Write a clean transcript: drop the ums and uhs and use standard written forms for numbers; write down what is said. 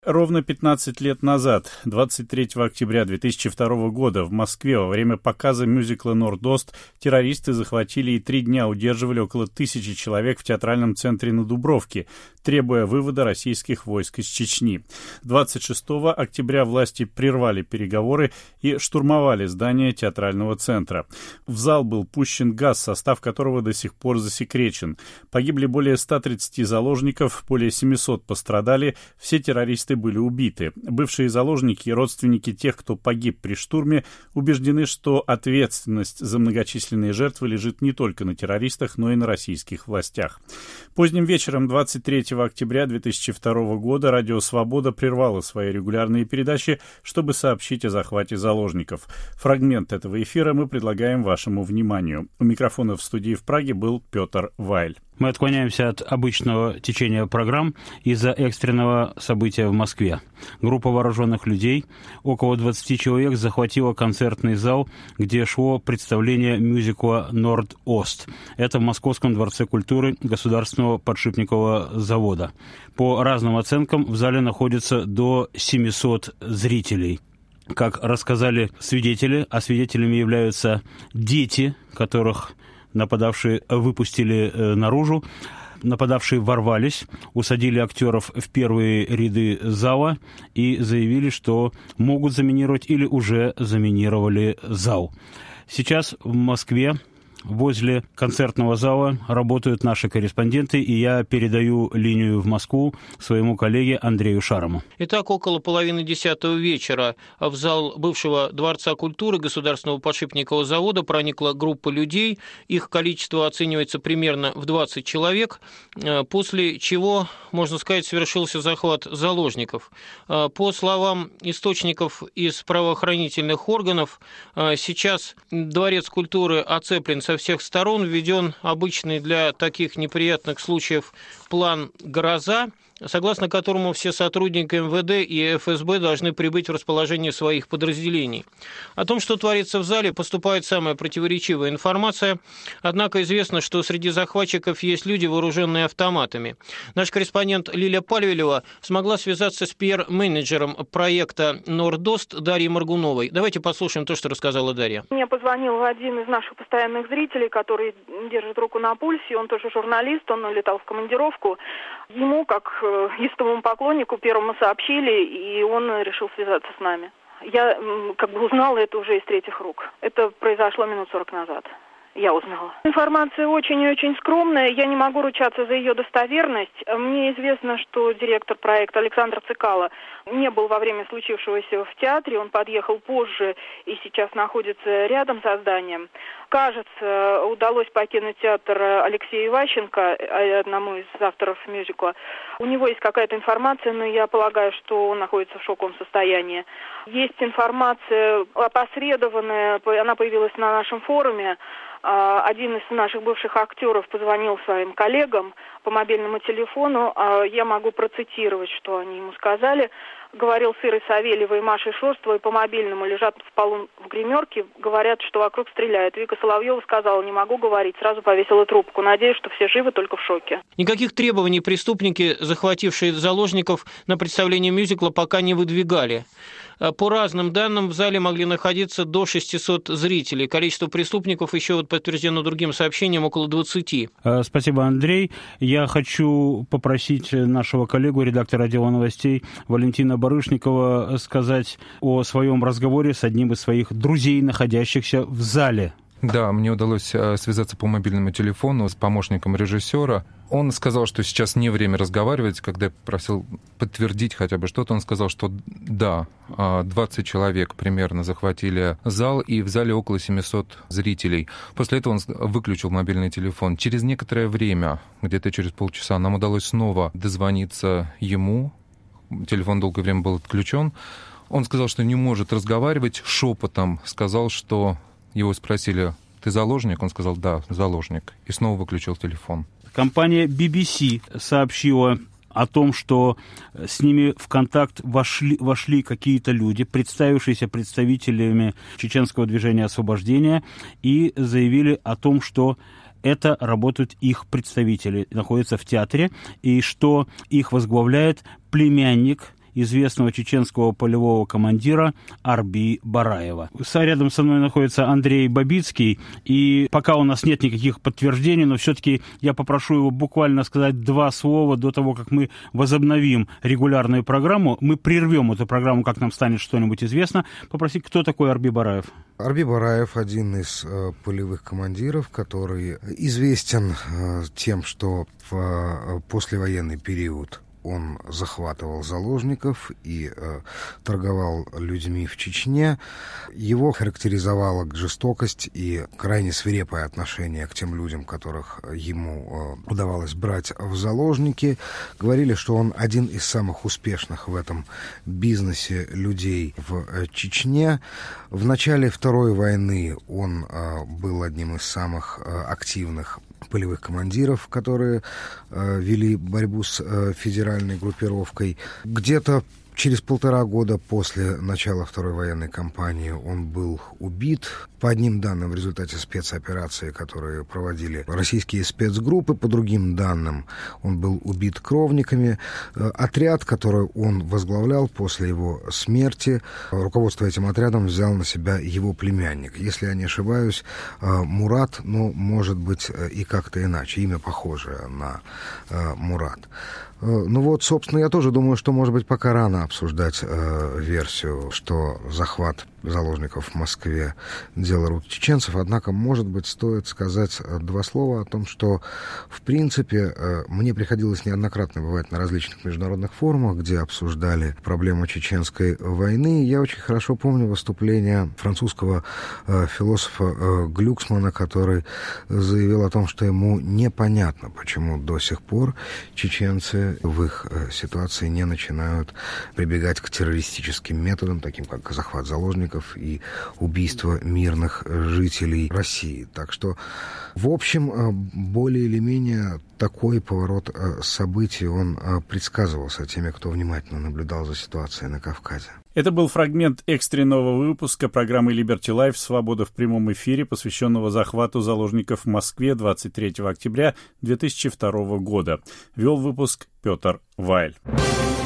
Ровно 15 лет назад, 23 октября 2002 года, в Москве во время показа мюзикла «Норд-Ост» террористы захватили и 3 дня удерживали около 1000 человек в театральном центре на Дубровке, требуя вывода российских войск из Чечни. 26 октября власти прервали переговоры и штурмовали здание театрального центра. В зал был пущен газ, состав которого до сих пор засекречен. Погибли более 130 заложников, более 700 пострадали, все террористы были убиты. Бывшие заложники и родственники тех, кто погиб при штурме, убеждены, что ответственность за многочисленные жертвы лежит не только на террористах, но и на российских властях. Поздним вечером 23 октября 2002 года радио «Свобода» прервало свои регулярные передачи, чтобы сообщить о захвате заложников. Фрагмент этого эфира мы предлагаем вашему вниманию. У микрофона в студии в Праге был Петр Вайль. Мы отклоняемся от обычного течения программ из-за экстренного события в Москве. Группа вооруженных людей, около 20 человек, захватила концертный зал, где шло представление мюзикла «Норд-Ост». Это в Московском дворце культуры Государственного подшипникового завода. По разным оценкам в зале находится до 700 зрителей. Как рассказали свидетели, а свидетелями являются дети, которых нападавшие выпустили наружу. Нападавшие ворвались, усадили актеров в первые ряды зала и заявили, что могут заминировать или уже заминировали зал. Сейчас в Москве возле концертного зала работают наши корреспонденты, и я передаю линию в Москву своему коллеге Андрею Шарому. Итак, около 9:30 вечера в зал бывшего Дворца культуры Государственного подшипникового завода проникла группа людей. Их количество оценивается примерно в 20 человек, после чего, можно сказать, совершился захват заложников. По словам источников из правоохранительных органов, сейчас Дворец культуры оцеплен со всех сторон, введен обычный для таких неприятных случаев план «Гроза», согласно которому все сотрудники МВД и ФСБ должны прибыть в расположение своих подразделений. О том, что творится в зале, поступает самая противоречивая информация, однако известно, что среди захватчиков есть люди, вооруженные автоматами. Наш корреспондент Лилия Пальвелева смогла связаться с пиар-менеджером проекта «Норд-Ост» Дарьей Моргуновой. Давайте послушаем то, что рассказала Дарья. Мне позвонил один из наших постоянных зрителей, который держит руку на пульсе, он тоже журналист, он летал в командировку. Ему, как истовому поклоннику, первому сообщили, и он решил связаться с нами. Я узнала это уже из третьих рук. Это произошло минут 40 назад. Я узнала. Информация очень и очень скромная, я не могу ручаться за ее достоверность. Мне известно, что директор проекта Александр Цикало не был во время случившегося в театре, он подъехал позже и сейчас находится рядом со зданием. Кажется, удалось покинуть театр Алексею Иващенко, одному из авторов мюзикла. У него есть какая-то информация, но я полагаю, что он находится в шоковом состоянии. Есть информация опосредованная, она появилась на нашем форуме. Один из наших бывших актеров позвонил своим коллегам по мобильному телефону. Я могу процитировать, что они ему сказали. Говорил с Ирой Савельевой и Машей Шорстовой по мобильному, лежат в полу в гримерке, говорят, что вокруг стреляют. Вика Соловьева сказала: не могу говорить, сразу повесила трубку. Надеюсь, что все живы, только в шоке. Никаких требований преступники, захватившие заложников на представление мюзикла, пока не выдвигали. По разным данным, в зале могли находиться до 600 зрителей. Количество преступников еще подтверждено другим сообщением около 20. Спасибо, Андрей. Я хочу попросить нашего коллегу, редактора отдела новостей Валентина Барышникова, сказать о своем разговоре с одним из своих друзей, находящихся в зале. Да, мне удалось связаться по мобильному телефону с помощником режиссера. Он сказал, что сейчас не время разговаривать. Когда я просил подтвердить хотя бы что-то, он сказал, что да, 20 человек примерно захватили зал, и в зале около 700 зрителей. После этого он выключил мобильный телефон. Через некоторое время, где-то через полчаса, нам удалось снова дозвониться ему. Телефон долгое время был отключен. Он сказал, что не может разговаривать, шепотом сказал, что... Его спросили: ты заложник? Он сказал: да, заложник. И снова выключил телефон. Компания BBC сообщила о том, что с ними в контакт вошли какие-то люди, представившиеся представителями чеченского движения освобождения, и заявили о том, что это работают их представители, находятся в театре, и что их возглавляет племянник известного чеченского полевого командира Арби Бараева. Рядом со мной находится Андрей Бабицкий, и пока у нас нет никаких подтверждений, но все-таки я попрошу его буквально сказать два слова до того, как мы возобновим регулярную программу. Мы прервем эту программу, как нам станет что-нибудь известно. Попросить, кто такой Арби Бараев? Арби Бараев — один из полевых командиров, который известен тем, что в послевоенный период он захватывал заложников и торговал людьми в Чечне. Его характеризовала жестокость и крайне свирепое отношение к тем людям, которых ему удавалось брать в заложники. Говорили, что он один из самых успешных в этом бизнесе людей в Чечне. В начале Второй войны он был одним из самых активных полевых командиров, которые вели борьбу с федеральной группировкой. Где-то через 1,5 года после начала Второй военной кампании он был убит. По одним данным, в результате спецоперации, которые проводили российские спецгруппы, по другим данным, он был убит кровниками. Отряд, который он возглавлял после его смерти, руководство этим отрядом взял на себя его племянник. Если я не ошибаюсь, Мурат, но, может быть, и как-то иначе. Имя похожее на Мурат. Ну вот, собственно, я тоже думаю, что, может быть, пока рано обсуждать версию, что захват заложников в Москве — дело рук чеченцев. Однако, может быть, стоит сказать два слова о том, что, в принципе, мне приходилось неоднократно бывать на различных международных форумах, где обсуждали проблему чеченской войны. Я очень хорошо помню выступление французского философа Глюксмана, который заявил о том, что ему непонятно, почему до сих пор чеченцы в их ситуации не начинают прибегать к террористическим методам, таким как захват заложников и убийство мирных жителей России. Так что, в общем, более или менее такой поворот событий, он предсказывался теми, кто внимательно наблюдал за ситуацией на Кавказе. Это был фрагмент экстренного выпуска программы Liberty Life «Свобода в прямом эфире», посвященного захвату заложников в Москве 23 октября 2002 года. Вел выпуск Петр Вайль.